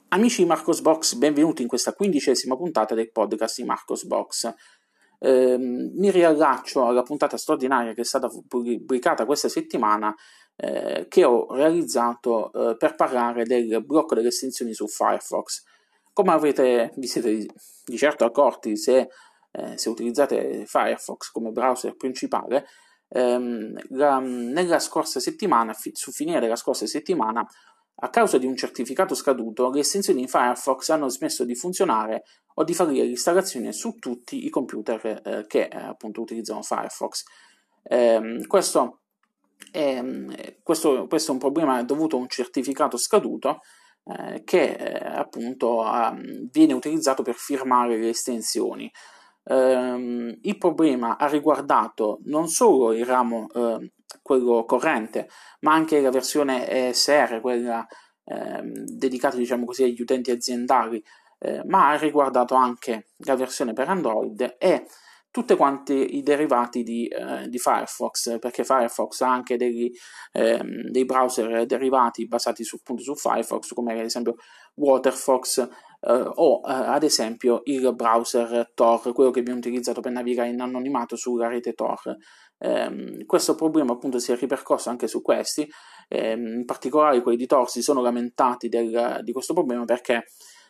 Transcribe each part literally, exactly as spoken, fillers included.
Amici di Marcosbox, benvenuti in questa quindicesima puntata del podcast di Marcosbox. Eh, mi riallaccio alla puntata straordinaria che è stata pubblicata questa settimana, eh, che ho realizzato eh, per parlare del blocco delle estensioni su Firefox. Come avrete, vi siete di, di certo accorti se, eh, se utilizzate Firefox come browser principale, ehm, la, nella scorsa settimana, fi, su finire della scorsa settimana, a causa di un certificato scaduto, le estensioni in Firefox hanno smesso di funzionare o di fallire l'installazione su tutti i computer eh, che eh, appunto utilizzano Firefox. Eh, questo, è, questo, questo è un problema dovuto a un certificato scaduto eh, che eh, appunto eh, viene utilizzato per firmare le estensioni. Eh, il problema ha riguardato non solo il ramo eh, quello corrente, ma anche la versione E S R, quella eh, dedicata diciamo così agli utenti aziendali, eh, ma ha riguardato anche la versione per Android e tutti quanti i derivati di, eh, di Firefox, perché Firefox ha anche degli, eh, dei browser derivati basati su, appunto, su Firefox, come ad esempio Waterfox, eh, o eh, ad esempio il browser Tor, quello che abbiamo utilizzato per navigare in anonimato sulla rete Tor. Eh, questo problema appunto si è ripercosso anche su questi, eh, in particolare quelli di Tor si sono lamentati del, di questo problema perché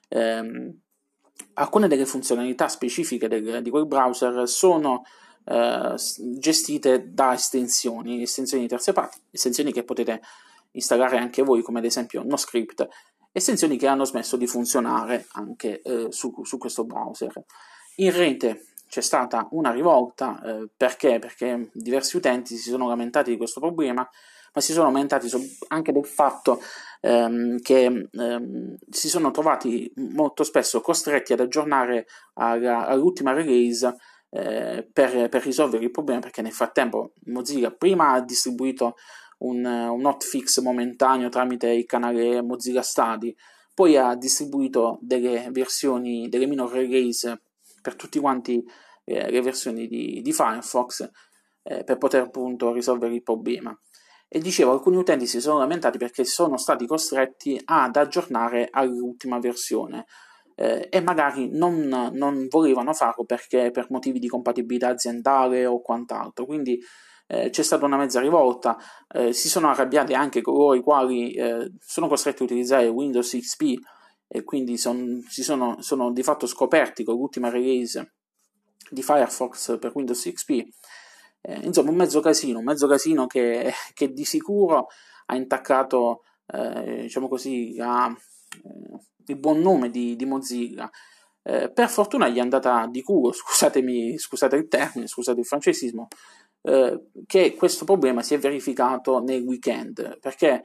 ehm, alcune delle funzionalità specifiche del, di quel browser sono eh, gestite da estensioni, estensioni di terze parti, estensioni che potete installare anche voi, come ad esempio NoScript, estensioni che hanno smesso di funzionare anche eh, su, su questo browser. In rete c'è stata una rivolta, eh, perché? Perché diversi utenti si sono lamentati di questo problema, ma si sono lamentati anche del fatto ehm, che ehm, si sono trovati molto spesso costretti ad aggiornare alla, all'ultima release eh, per, per risolvere il problema, perché nel frattempo Mozilla prima ha distribuito un, un hotfix momentaneo tramite il canale Mozilla Study, poi ha distribuito delle versioni, delle minor release per tutti quanti eh, le versioni di, di Firefox eh, per poter appunto risolvere il problema. E dicevo, alcuni utenti si sono lamentati perché sono stati costretti ad aggiornare all'ultima versione eh, e magari non, non volevano farlo perché per motivi di compatibilità aziendale o quant'altro, quindi eh, c'è stata una mezza rivolta, eh, si sono arrabbiati anche coloro i quali eh, sono costretti a utilizzare Windows X P e quindi son, si sono, sono di fatto scoperti con l'ultima release di Firefox per Windows X P. Eh, insomma un mezzo casino, un mezzo casino che, che di sicuro ha intaccato eh, diciamo così la, eh, il buon nome di, di Mozilla. Eh, per fortuna gli è andata di culo, scusatemi, scusate il termine, scusate il francesismo, eh, che questo problema si è verificato nel weekend, perché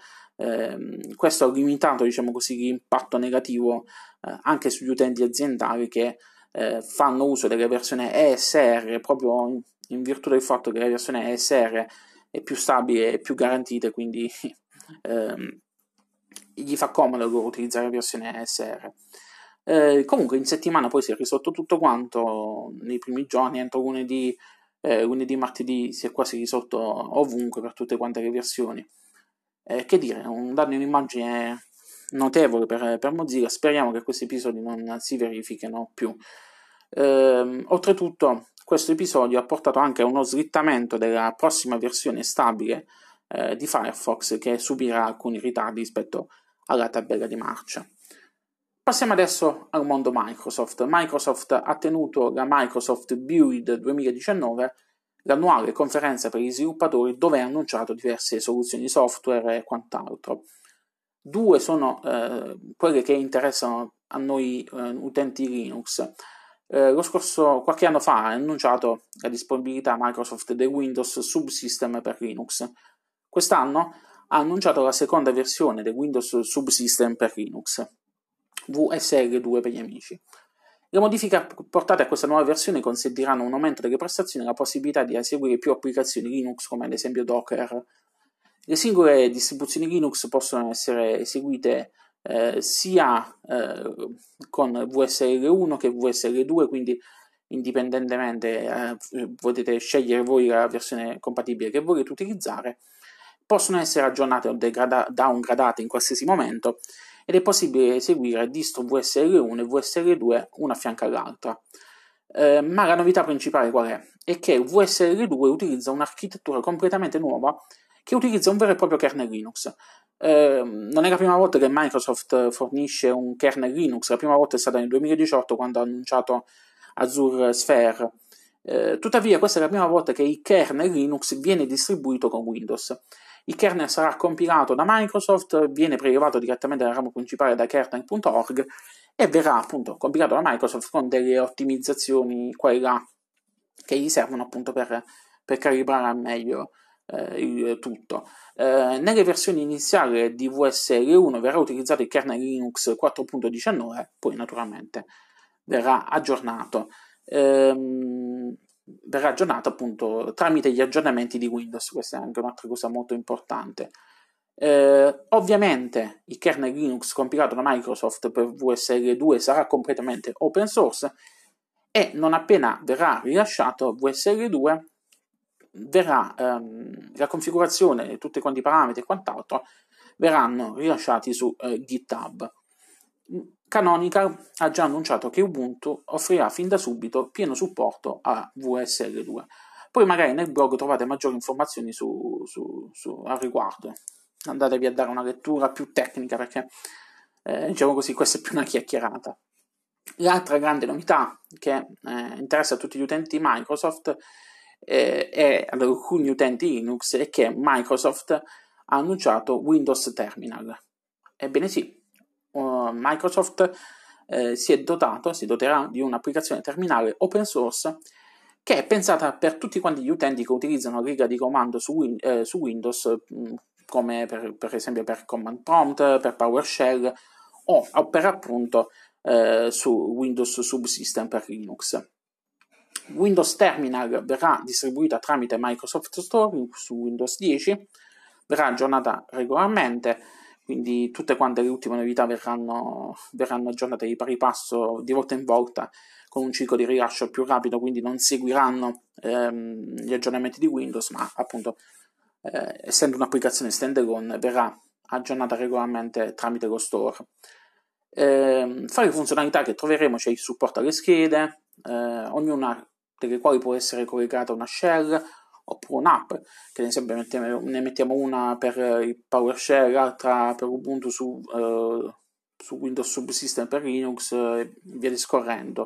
eh, questo ha limitato diciamo così l'impatto negativo eh, anche sugli utenti aziendali che eh, fanno uso della versione E S R proprio in, in virtù del fatto che la versione E S R è più stabile e più garantita, quindi ehm, gli fa comodo utilizzare la versione E S R. Eh, comunque in settimana poi si è risolto tutto quanto, nei primi giorni, entro lunedì, eh, lunedì martedì si è quasi risolto ovunque per tutte quante le versioni. Eh, che dire, un danno in immagine notevole per, per Mozilla, speriamo che questi episodi non si verifichino più. Eh, oltretutto questo episodio ha portato anche a uno slittamento della prossima versione stabile eh, di Firefox, che subirà alcuni ritardi rispetto alla tabella di marcia. Passiamo adesso al mondo Microsoft. Microsoft ha tenuto la Microsoft Build duemiladiciannove, l'annuale conferenza per gli sviluppatori, dove ha annunciato diverse soluzioni software e quant'altro. Due sono eh, quelle che interessano a noi eh, utenti Linux. Eh, lo scorso, qualche anno fa, ha annunciato la disponibilità Microsoft del Windows Subsystem per Linux. Quest'anno ha annunciato la seconda versione del Windows Subsystem per Linux, V S L due per gli amici. Le modifiche apportate a questa nuova versione consentiranno un aumento delle prestazioni e la possibilità di eseguire più applicazioni Linux, come ad esempio Docker. Le singole distribuzioni Linux possono essere eseguite eh, sia eh, con V S L uno che V S L due, quindi indipendentemente eh, potete scegliere voi la versione compatibile che volete utilizzare. Possono essere aggiornate o degrada- downgradate in qualsiasi momento ed è possibile eseguire distro V S R uno e V S R due una a fianco all'altra. Eh, ma la novità principale qual è? È che V S R due utilizza un'architettura completamente nuova che utilizza un vero e proprio kernel Linux. Eh, non è la prima volta che Microsoft fornisce un kernel Linux, la prima volta è stata nel duemiladiciotto quando ha annunciato Azure Sphere. Eh, tuttavia questa è la prima volta che il kernel Linux viene distribuito con Windows. Il kernel sarà compilato da Microsoft, viene prelevato direttamente dal ramo principale da kernel punto org e verrà appunto compilato da Microsoft con delle ottimizzazioni qua e là che gli servono appunto per, per calibrare al meglio eh, il tutto. Eh, nelle versioni iniziali di V S R uno verrà utilizzato il kernel Linux quattro punto diciannove, poi naturalmente verrà aggiornato. Ehm, verrà aggiornato appunto tramite gli aggiornamenti di Windows. Questa è anche un'altra cosa molto importante. Eh, ovviamente il kernel Linux compilato da Microsoft per V S R due sarà completamente open source e non appena verrà rilasciato V S R due verrà ehm, la configurazione, tutti quanti i parametri e quant'altro verranno rilasciati su eh, GitHub. Canonical ha già annunciato che Ubuntu offrirà fin da subito pieno supporto a V S R due. Poi magari nel blog trovate maggiori informazioni su, su, su, al riguardo. Andatevi a dare una lettura più tecnica perché, eh, diciamo così, questa è più una chiacchierata. L'altra grande novità che eh, interessa a tutti gli utenti Microsoft eh, e ad alcuni utenti Linux è che Microsoft ha annunciato Windows Terminal. Ebbene sì, uh, Microsoft eh, si è dotato, si doterà di un'applicazione terminale open source che è pensata per tutti quanti gli utenti che utilizzano la riga di comando su, win- eh, su Windows, mh, come per, per esempio per Command Prompt, per PowerShell o, o per appunto eh, su Windows Subsystem per Linux. Windows Terminal verrà distribuita tramite Microsoft Store su Windows dieci, verrà aggiornata regolarmente, quindi tutte quante le ultime novità verranno, verranno aggiornate di pari passo di volta in volta con un ciclo di rilascio più rapido, quindi non seguiranno ehm, gli aggiornamenti di Windows, ma appunto eh, essendo un'applicazione standalone verrà aggiornata regolarmente tramite lo store. Eh, fra le funzionalità che troveremo c'è il supporto alle schede, eh, ognuna delle quali può essere collegata a una shell oppure un'app, che ad esempio mettiamo, ne mettiamo una per il PowerShell, l'altra per Ubuntu su, eh, su Windows Subsystem per Linux e via discorrendo.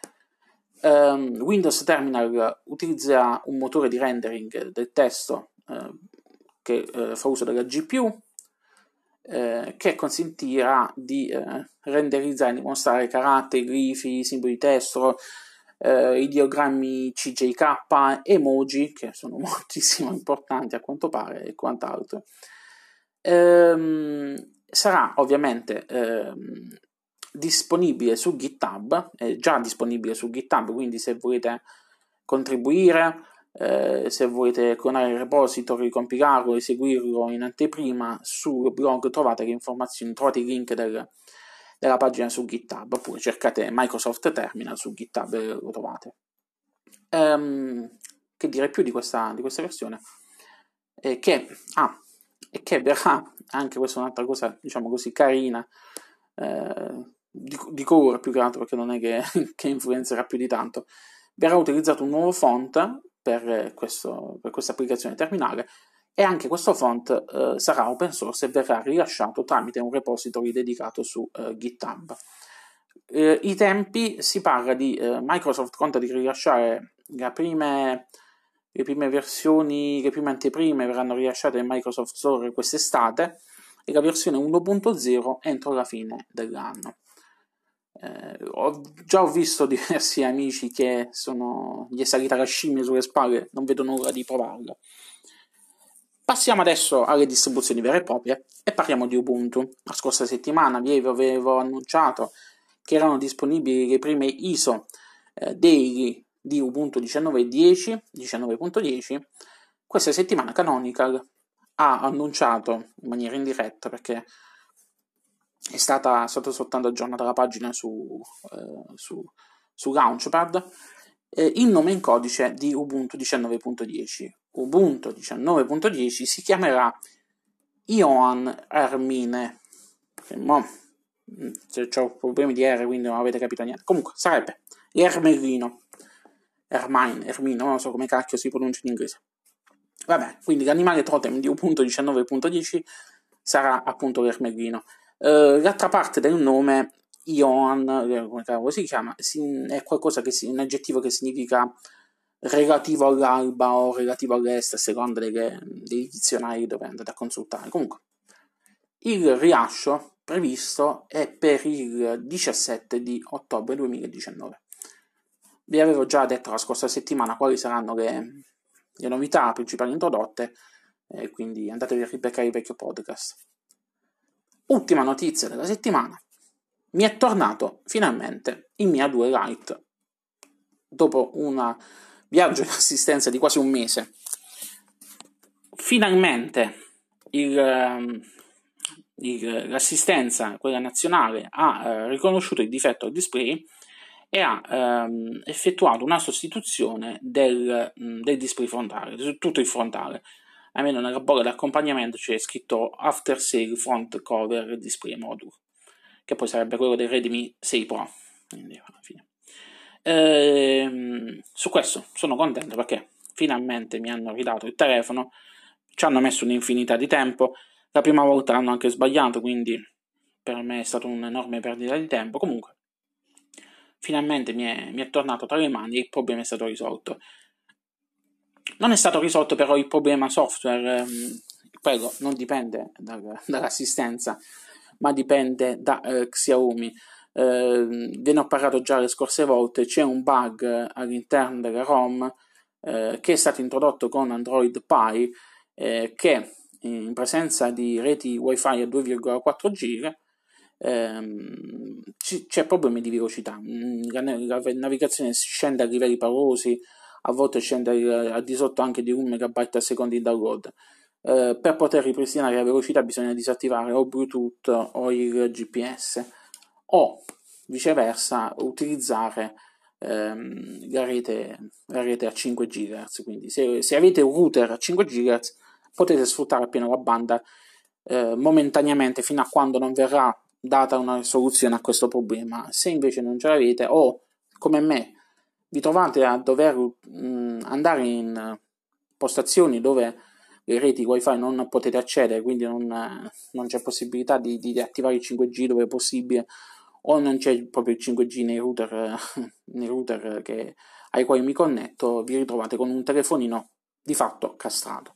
Um, Windows Terminal utilizza un motore di rendering del testo eh, che eh, fa uso della G P U, eh, che consentirà di eh, renderizzare e di mostrare caratteri, glifi, simboli di testo, eh, ideogrammi C J K, emoji, che sono moltissimo importanti a quanto pare, e quant'altro. Ehm, sarà ovviamente ehm, disponibile su GitHub, è già disponibile su GitHub, quindi se volete contribuire, eh, se volete clonare il repository, compilarlo e seguirlo in anteprima, sul blog trovate le informazioni, trovate i link del, della pagina su GitHub, oppure cercate Microsoft Terminal su GitHub e lo trovate. Ehm, che dire più di questa, di questa versione? Eh, che, ah, e che verrà, anche questa è un'altra cosa, diciamo così, carina, eh, di, di colore più che altro, perché non è che, che influenzerà più di tanto, verrà utilizzato un nuovo font per, questo, per questa applicazione terminale e anche questo font eh, sarà open source e verrà rilasciato tramite un repository dedicato su eh, GitHub. Eh, I tempi, si parla di eh, Microsoft conta di rilasciare le prime, le prime versioni, le prime anteprime verranno rilasciate in Microsoft Store quest'estate e la versione uno punto zero entro la fine dell'anno. Eh, ho, già ho visto diversi amici che sono gli è salita la scimmia sulle spalle, non vedo nulla di provarla. Passiamo adesso alle distribuzioni vere e proprie e parliamo di Ubuntu. La scorsa settimana vi avevo annunciato che erano disponibili le prime I S O eh, daily di Ubuntu diciannove punto dieci, diciannove punto dieci. Questa settimana Canonical ha annunciato in maniera indiretta, perché è stata, è stata soltanto aggiornata la pagina su, eh, su, su Launchpad, eh, il nome in codice di Ubuntu diciannove punto dieci. Ubuntu diciannove punto dieci si chiamerà Ioan Hermine. mo, se ho problemi di R, quindi non avete capito niente. Comunque, sarebbe l'ermerino, Ermine, Ermino, non so come cacchio si pronuncia in inglese. Vabbè, quindi l'animale totem di uno punto diciannove punto dieci sarà appunto l'ermerino. Uh, l'altra parte del nome, Ion, come cavolo si chiama, è qualcosa che si, un aggettivo che significa relativo all'alba o relativo all'est, a seconda delle, dei dizionari dove andate a consultare. Comunque, il rilascio previsto è per il diciassette di ottobre duemiladiciannove. Vi avevo già detto la scorsa settimana quali saranno le, le novità principali introdotte, e quindi andatevi a ribeccare il vecchio podcast. Ultima notizia della settimana: mi è tornato finalmente il Mi A due Lite dopo un viaggio in assistenza di quasi un mese. Finalmente il, il, l'assistenza, quella nazionale, ha eh, riconosciuto il difetto al display e ha ehm, effettuato una sostituzione del, del display frontale, su tutto il frontale. Almeno nella bolla d'accompagnamento c'è scritto After Sale Front Cover Display Module, che poi sarebbe quello del Redmi sei Pro. Quindi, alla fine. Ehm, su questo sono contento perché finalmente mi hanno ridato il telefono, ci hanno messo un'infinità di tempo, la prima volta l'hanno anche sbagliato, quindi per me è stata un'enorme perdita di tempo. Comunque finalmente mi è, mi è tornato tra le mani e il problema è stato risolto. Non è stato risolto però il problema software, ehm, quello non dipende da, dall'assistenza, ma dipende da eh, Xiaomi. Eh, ve ne ho parlato già le scorse volte, c'è un bug all'interno della ROM eh, che è stato introdotto con Android Pie, eh, che in presenza di reti wifi a due virgola quattro giga ehm, c'è problemi di velocità, la, la navigazione scende a livelli paurosi, a volte scende al di sotto anche di un megabyte al secondo di download. Eh, per poter ripristinare la velocità bisogna disattivare o Bluetooth o il G P S o viceversa utilizzare ehm, la, rete, la rete a cinque gigahertz. Quindi se, se avete un router a cinque gigahertz potete sfruttare appieno la banda eh, momentaneamente fino a quando non verrà data una soluzione a questo problema. Se invece non ce l'avete o come me vi trovate a dover mh, andare in postazioni dove le reti wifi non potete accedere, quindi non, non c'è possibilità di, di attivare il cinque G dove è possibile, o non c'è proprio il cinque G nei router, nei router che, ai quali mi connetto, vi ritrovate con un telefonino di fatto castrato.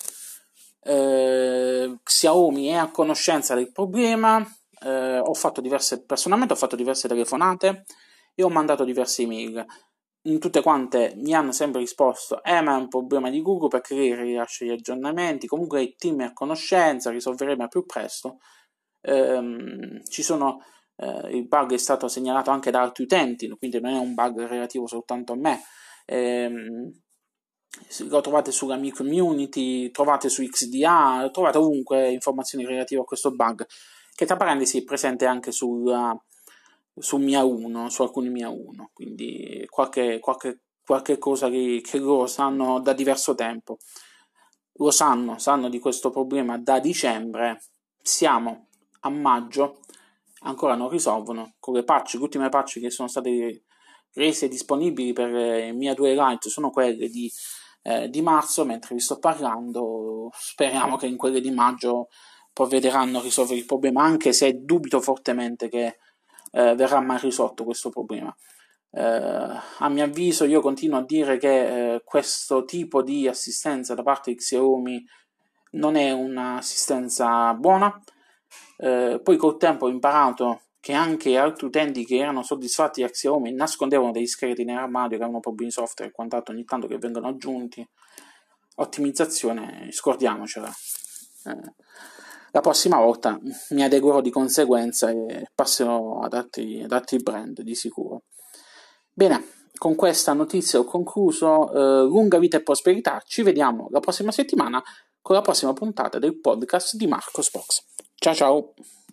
Eh, Xiaomi è a conoscenza del problema, eh, ho fatto diverse, personalmente ho fatto diverse telefonate e ho mandato diverse email. In tutte quante mi hanno sempre risposto eh ma è un problema di Google perché lei rilascia gli aggiornamenti, comunque il team è a conoscenza, risolveremo al più presto. Ehm, ci sono eh, il bug è stato segnalato anche da altri utenti, quindi non è un bug relativo soltanto a me. Ehm, lo trovate sulla mia community, trovate su X D A, trovate ovunque informazioni relative a questo bug, che tra parentesi è presente anche sulla su Mi A uno, su alcuni Mi A uno, quindi qualche, qualche, qualche cosa che, che loro sanno da diverso tempo. Lo sanno, sanno di questo problema da dicembre, siamo a maggio, ancora non risolvono. Con le patch, le ultime patch che sono state rese disponibili per Mi A due Lite sono quelle di, eh, di marzo, mentre vi sto parlando, speriamo che in quelle di maggio provvederanno a risolvere il problema, anche se dubito fortemente che Eh, verrà mai risolto questo problema. Eh, a mio avviso, io continuo a dire che eh, questo tipo di assistenza da parte di Xiaomi non è un'assistenza buona. Eh, poi col tempo ho imparato che anche altri utenti che erano soddisfatti da Xiaomi nascondevano degli scheletri nell'armadio, che avevano problemi software e quant'altro ogni tanto che vengono aggiunti. Ottimizzazione, scordiamocela. Eh, la prossima volta mi adeguerò di conseguenza e passerò ad altri, ad altri brand di sicuro. Bene, con questa notizia ho concluso. Eh, lunga vita e prosperità. Ci vediamo la prossima settimana con la prossima puntata del podcast di Marcos Box. Ciao ciao!